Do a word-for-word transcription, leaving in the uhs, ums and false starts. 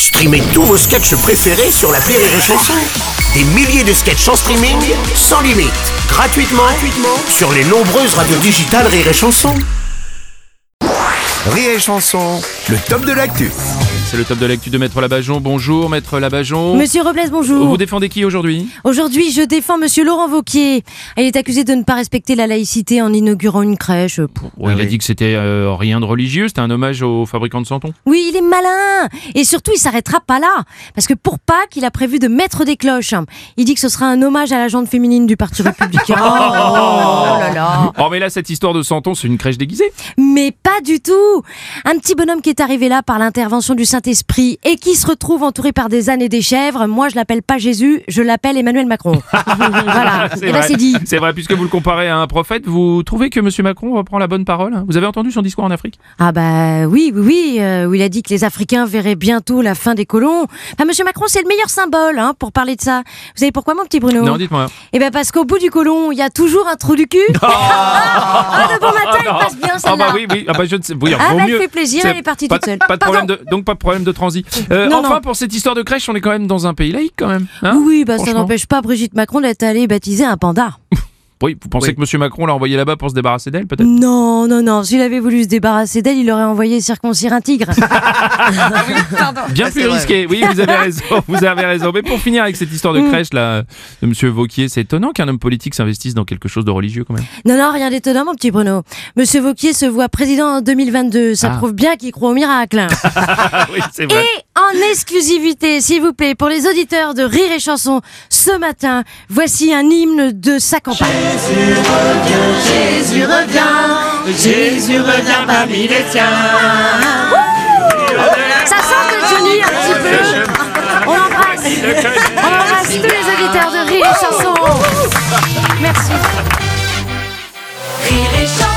Streamez tous vos sketchs préférés sur l'appli Rire et Chanson. Des milliers de sketchs en streaming, sans limite, gratuitement, gratuitement sur les nombreuses radios digitales Rire et Chanson. Rire et Chanson, le top de l'actu. C'est le top de l'actu de Maître Labajon. Bonjour Maître Labajon. Monsieur Robles, bonjour. Vous défendez qui aujourd'hui ? Aujourd'hui, je défends Monsieur Laurent Wauquiez. Il est accusé de ne pas respecter la laïcité en inaugurant une crèche. Pour... Bon, il a dit que c'était euh, rien de religieux, c'était un hommage aux fabricants de santons. Oui, il est malin. Et surtout, il s'arrêtera pas là. Parce que pour Pâques, il a prévu de mettre des cloches. Il dit que ce sera un hommage à la jante féminine du Parti républicain. Oh, oh là là. Oh mais là, cette histoire de santons, c'est une crèche déguisée. Mais pas du tout. Un petit bonhomme qui est arrivé là par l'intervention du Saint-Esprit et qui se retrouve entouré par des ânes et des chèvres. Moi, je l'appelle pas Jésus, je l'appelle Emmanuel Macron. Voilà, c'est et là vrai. c'est dit. C'est vrai, puisque vous le comparez à un prophète, vous trouvez que Monsieur Macron reprend la bonne parole ? Vous avez entendu son discours en Afrique ? Ah bah oui, oui, oui, euh, où il a dit que les Africains verraient bientôt la fin des colons. Enfin, Monsieur Macron, c'est le meilleur symbole hein, pour parler de ça. Vous savez pourquoi, mon petit Bruno ? Non, dites-moi. Eh ben parce qu'au bout du colon, il y a toujours un trou du cul. Oh, ah, de bon matin, elle passe bien celle-là. Ah bah oui, oui, ah bah je ne sais, oui, Ah vaut bah, mieux. elle fait plaisir, C'est elle est partie pas, toute seule. Pas de problème de, donc pas de problème de transit. Euh, Non, enfin, non. pour cette histoire de crèche, on est quand même dans un pays laïque quand même. Hein Oui, bah ça Franchement. n'empêche pas Brigitte Macron d'être allée baptiser un panda. Oui, vous pensez Oui. que Monsieur Macron l'a envoyé là-bas pour se débarrasser d'elle, peut-être ? Non, non, non, s'il avait voulu se débarrasser d'elle, il aurait envoyé circoncire un tigre. Bien plus risqué, oui, vous avez raison, vous avez raison. Mais pour finir avec cette histoire de crèche là, de Monsieur Wauquiez, c'est étonnant qu'un homme politique s'investisse dans quelque chose de religieux quand même. Non, non, rien d'étonnant, mon petit Bruno. Monsieur Wauquiez se voit président en deux mille vingt-deux. Ça Ah. prouve bien qu'il croit au miracle. Ah oui, c'est vrai. Et en exclusivité, s'il vous plaît, pour les auditeurs de Rire et Chanson, ce matin, voici un hymne de sa campagne. Jésus revient, Jésus revient parmi les tiens. Ça sent le Johnny un petit peu. On embrasse, on embrasse tous les auditeurs de Rire et Chanson. Merci. Rire et chanson.